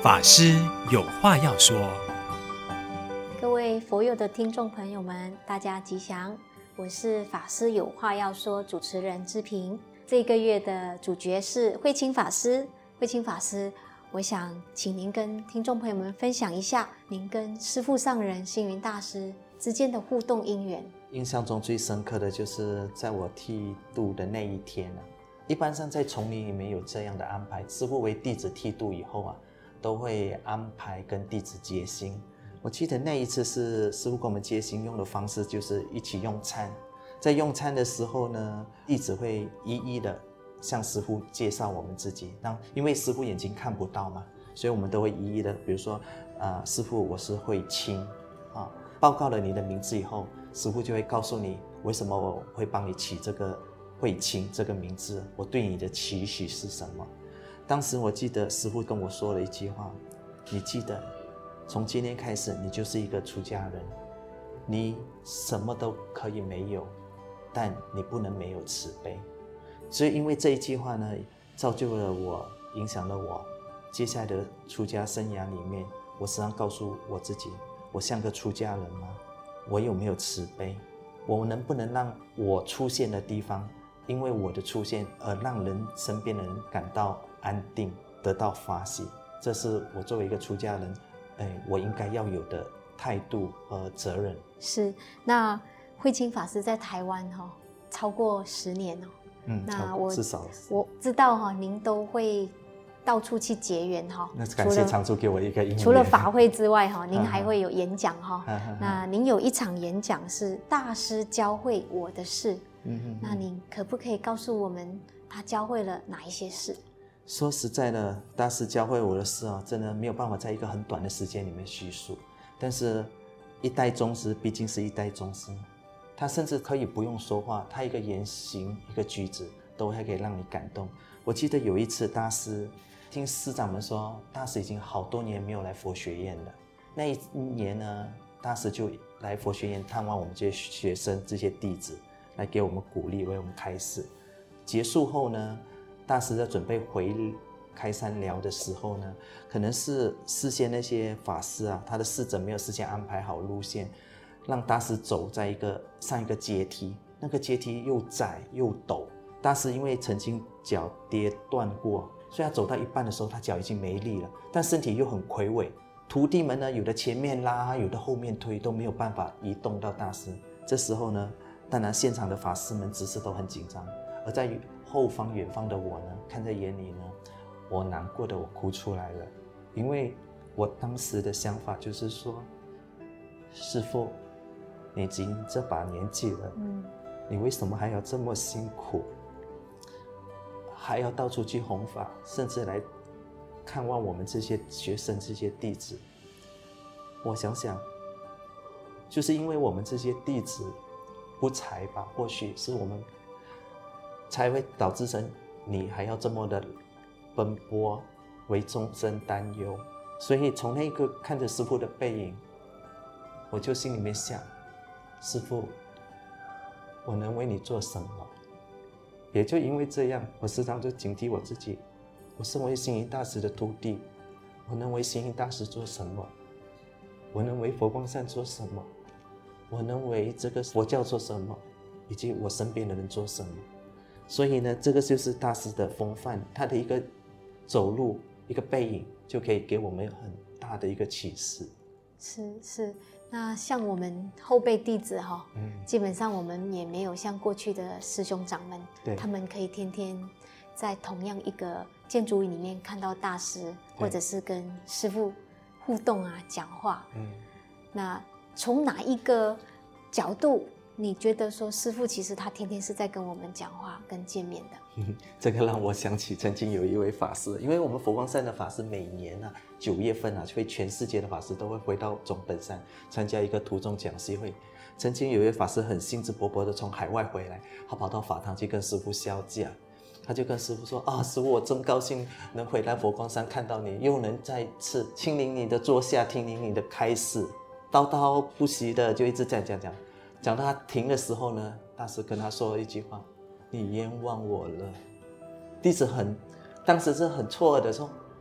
法师有话要说。 各位佛友的听众朋友们，大家吉祥，我是法师有话要说主持人之平。这个月的主角是慧清法师。慧清法师，我想请您跟听众朋友们分享一下您跟师父上人星云大师之间的互动因缘。 印象中最深刻的就是在我剃度的那一天一般上在丛林里面有这样的安排，师父为弟子剃度以后都会安排跟弟子接心。我记得那一次是师父跟我们接心用的方式就是一起用餐，在用餐的时候呢，弟子会一一的向师父介绍我们自己，因为师父眼睛看不到嘛，所以我们都会一一的，比如说师父我是慧清报告了你的名字以后，师父就会告诉你为什么我会帮你起这个慧清这个名字，我对你的期许是什么。当时我记得师父跟我说了一句话，你记得从今天开始你就是一个出家人，你什么都可以没有，但你不能没有慈悲。所以因为这一句话呢，造就了我，影响了我接下来的出家生涯里面，我时常告诉我自己，我像个出家人吗？我有没有慈悲？我能不能让我出现的地方因为我的出现而让身边的人感到安定，得到法喜？这是我作为一个出家人我应该要有的态度和责任。 是，那慧清法师在台湾超过10年那至少我知道您都会到处去结缘那感谢常住给我一个因缘。 除了法会之外您还会有演讲那您有一场演讲是大师教会我的事，那您可不可以告诉我们他教会了哪一些事？ 说实在的，大师教会我的事真的没有办法在一个很短的时间里面叙述。但是一代宗师毕竟是一代宗师，他甚至可以不用说话，他一个言行一个举止都还可以让你感动。我记得有一次大师听师长们说，大师已经好多年没有来佛学院了。那一年呢，大师就来佛学院探望我们这些学生这些弟子，来给我们鼓励，为我们开示。结束后呢，大师在准备回开山寮的时候呢，可能是事先那些法师他的侍者没有事先安排好路线，让大师走在上一个阶梯，那个阶梯又窄又陡。大师因为曾经脚跌断过，所以他走到一半的时候，他脚已经没力了，但身体又很魁伟。徒弟们呢，有的前面拉，有的后面推，都没有办法移动到大师。这时候呢，当然现场的法师们姿势都很紧张，而在后方远方的我呢，看在眼里呢，我难过的我哭出来了。因为我当时的想法就是说，师父，你已经这把年纪了，你为什么还要这么辛苦，还要到处去弘法，甚至来看望我们这些学生这些弟子？我想想，就是因为我们这些弟子不才吧，或许是我们才会导致成你还要这么的奔波，为众生担忧。所以从那个看着师父的背影，我就心里面想，师父，我能为你做什么？也就因为这样，我时常就警惕我自己，我身为星云大师的徒弟，我能为星云大师做什么？我能为佛光山做什么？我能为这个佛教做什么？以及我身边的人做什么？所以呢，这个就是大师的风范，他的一个走路一个背影就可以给我们很大的一个启示。 是，那像我们后辈弟子基本上我们也没有像过去的师兄长们，他们可以天天在同样一个建筑里面看到大师，或者是跟师父互动讲话。那从哪一个角度你觉得说师父其实他天天是在跟我们讲话跟见面的？ 这个让我想起曾经有一位法师，因为我们佛光山的法师每年9月份会全世界的法师都会回到总本山参加一个途中讲习会。曾经有一位法师很兴致勃勃的从海外回来，他跑到法堂去跟师父销假，他就跟师父说师父，我真高兴能回来佛光山看到你，又能再次亲临你的座下，听您的开示，叨叨不息的就一直讲到他停的时候呢，大师跟他说了一句话，你冤枉我了。弟子当时是很错愕的说，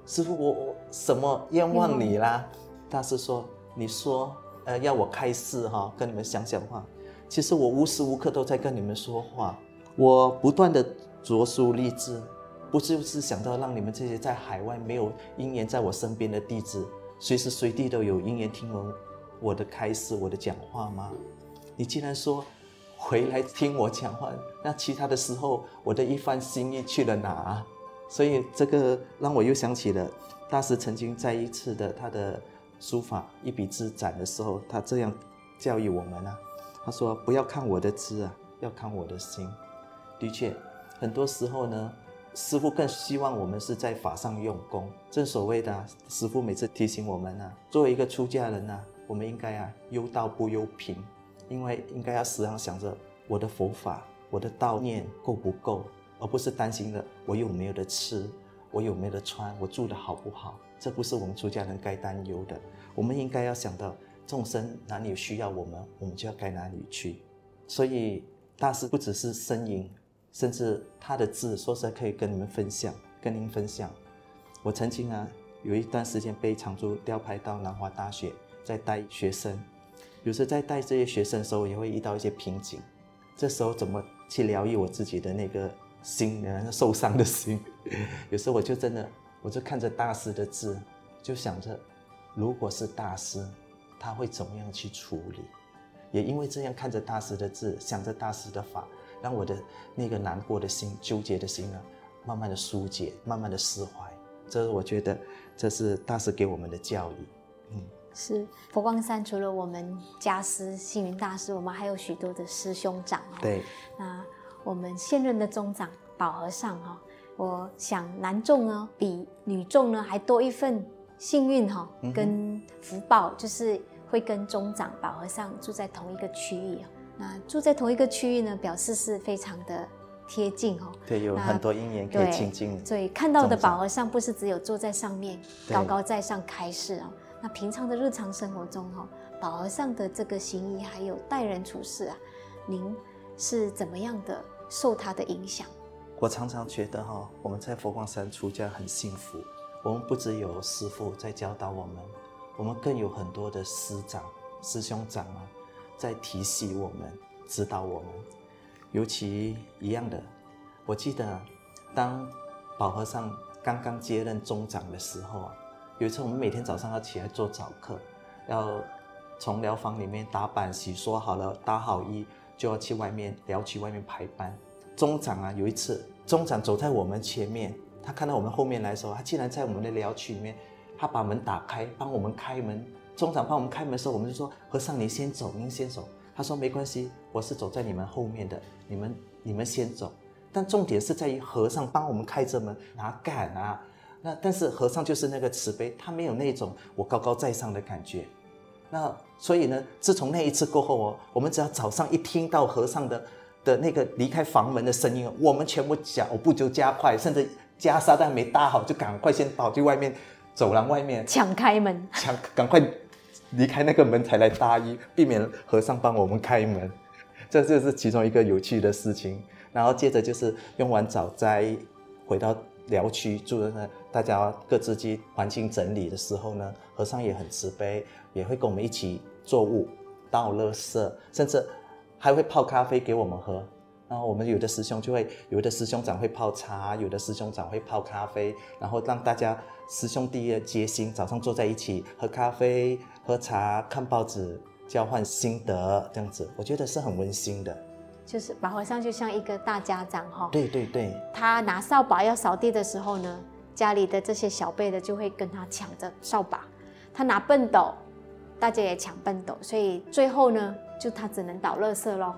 师父，我什么冤枉你啦？大师说，你说要我开示哈，跟你们讲话。其实我无时无刻都在跟你们说话，我不断的着书立志，不就是想到让你们这些在海外没有因缘在我身边的弟子，随时随地都有因缘听闻我的开示，我的讲话吗？你既然说回来听我讲话，那其他的时候我的一番心意去了哪？所以这个让我又想起了大师曾经在一次的他的书法一笔之展的时候，他这样教育我们啊，他说不要看我的字啊，要看我的心。的确，很多时候呢，师父更希望我们是在法上用功。正所谓的师父每次提醒我们啊，作为一个出家人啊，我们应该忧道不忧贫，因为应该要时常想着我的佛法，我的道念够不够，而不是担心的我有没有的吃，我有没有的穿，我住的好不好。这不是我们出家人该担忧的。我们应该要想到众生哪里有需要我们就要该哪里去。所以大师不只是身影，甚至他的字说实在可以跟你们分享，跟您分享。我曾经有一段时间被常驻调派到南华大学，在带学生。有时在带这些学生的时候，也会遇到一些瓶颈。这时候怎么去疗愈我自己的那个心，受伤的心？有时候我就真的，我就看着大师的字，就想着，如果是大师，他会怎么样去处理？也因为这样看着大师的字，想着大师的法，让我的那个难过的心、纠结的心慢慢的疏解，慢慢的释怀。这我觉得这是大师给我们的教育。 是佛光山除了我们家师星云大师，我们还有许多的师兄长。 对， 那我们现任的宗长宝和尚我想男众呢比女众呢还多一份幸运跟福报，就是会跟宗长宝和尚住在同一个区域。那住在同一个区域呢，表示是非常的贴近对，有很多因缘可以亲近。 所以看到的宝和尚不是只有坐在上面高高在上开示那平常的日常生活中宝和尚的这个行仪还有待人处事您是怎么样的受他的影响？ 我常常觉得我们在佛光山出家很幸福。我们不只有师父在教导我们更有很多的师长、师兄长在提携我们、指导我们。尤其一样的，我记得当宝和尚刚刚接任宗长的时候有一次我们每天早上要起来做早课，要从寮房里面打板洗刷好了，搭好衣，就要去外面寮区外面排班。宗长有一次，宗长走在我们前面，他看到我们后面来的时候，他竟然在我们的寮区里面，他把门打开，帮我们开门。宗长帮我们开门的时候，我们就说：“和尚，您先走，您先走。”他说：“没关系，我是走在你们后面的，你们先走。”但重点是在于和尚帮我们开着门，哪敢但是和尚就是那个慈悲，他没有那种我高高在上的感觉。那所以呢，自从那一次过后我们只要早上一听到和尚的那个离开房门的声音，我们全部脚步就加快，甚至袈裟带没搭好，就赶快先跑去外面走廊外面抢开门， 赶快离开那个门才来搭衣，避免和尚帮我们开门。这就是其中一个有趣的事情。然后接着就是用完早斋回到寮区住的呢，大家各自去环境整理的时候呢，和尚也很慈悲，也会跟我们一起做物、倒垃圾，甚至还会泡咖啡给我们喝。然后我们有的师兄长会泡茶，有的师兄长会泡咖啡，然后让大家师兄弟的结心，早上坐在一起喝咖啡、喝茶、看报纸，交换心得，这样子，我觉得是很温馨的。 就是宝和尚就像一个大家长对对对， 他拿扫把要扫地的时候呢，家里的这些小辈的就会跟他抢着扫把，他拿畚斗，大家也抢畚斗，所以最后呢，就他只能倒垃圾咯。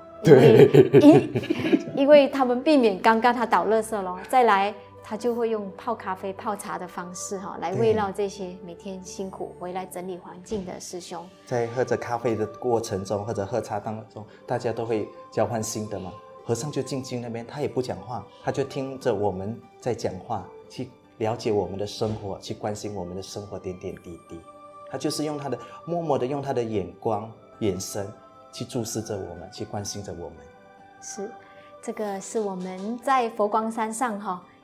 因为他们避免尴尬，他倒垃圾咯。再来，他就会用泡咖啡、泡茶的方式来慰劳这些每天辛苦回来整理环境的师兄。 在喝着咖啡的过程中，或者喝茶当中，大家都会交换心得嘛。和尚就静静那边，他也不讲话，他就听着我们在讲话，去了解我们的生活，去关心我们的生活点点滴滴。他就是默默的用他的眼光、眼神去注视着我们，去关心着我们。 是，这个是我们在佛光山上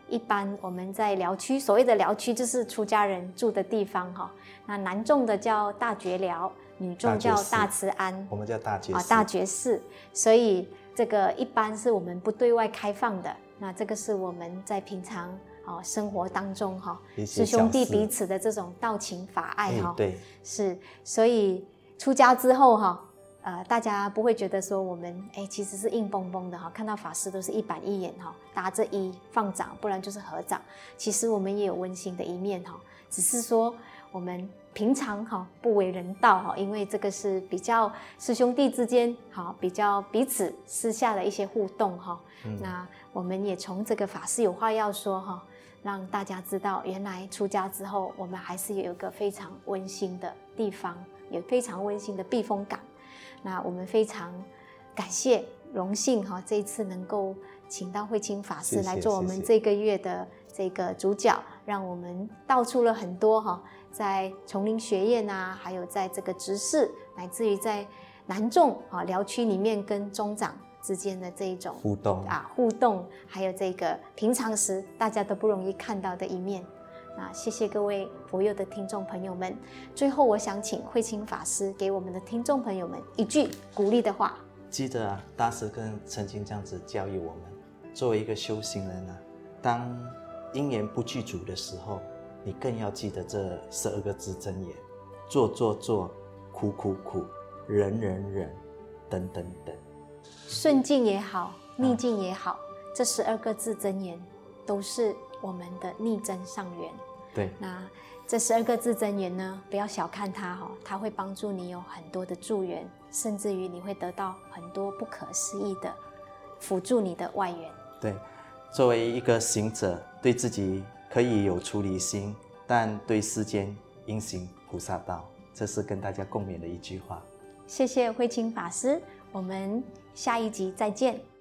一般我们在寮区，所谓的寮区就是出家人住的地方哈。那男众的叫大觉寮，女众叫大慈庵， 我们叫大觉寺。 大觉寺，所以这个一般是我们不对外开放的。那这个是我们在平常生活当中师兄弟彼此的这种道情法爱对， 是，所以出家之后大家不会觉得说我们其实是硬邦邦的看到法师都是一板一眼搭着衣放掌，不然就是合掌。其实我们也有温馨的一面只是说我们平常不为人道因为这个是比较师兄弟之间比较彼此私下的一些互动那我们也从这个法师有话要说让大家知道，原来出家之后我们还是有一个非常温馨的地方，有非常温馨的避风港。那我们非常感谢荣幸这一次能够请到慧清法师来做我们这个月的这个主角，让我们道出了很多在丛林学院还有在这个执事，乃至于在南众寮区里面跟宗长之间的这一种互动，还有这个平常时大家都不容易看到的一面。那谢谢各位佛友的听众朋友们。最后我想请慧清法师给我们的听众朋友们一句鼓励的话。 记得大师曾经这样子教育我们，作为一个修行人当因缘不具足的时候，你更要记得这12个字真言：做做做，苦苦苦，忍忍忍，等等等。 顺境也好，逆境也好，这12个字真言都是我们的逆增上缘。 对， 那这12个字真言呢，不要小看它它会帮助你有很多的助缘，甚至于你会得到很多不可思议的辅助你的外缘。 对，作为一个行者，对自己可以有出离心，但对世间应行菩萨道，这是跟大家共勉的一句话。 谢谢慧清法师，我们下一集再见。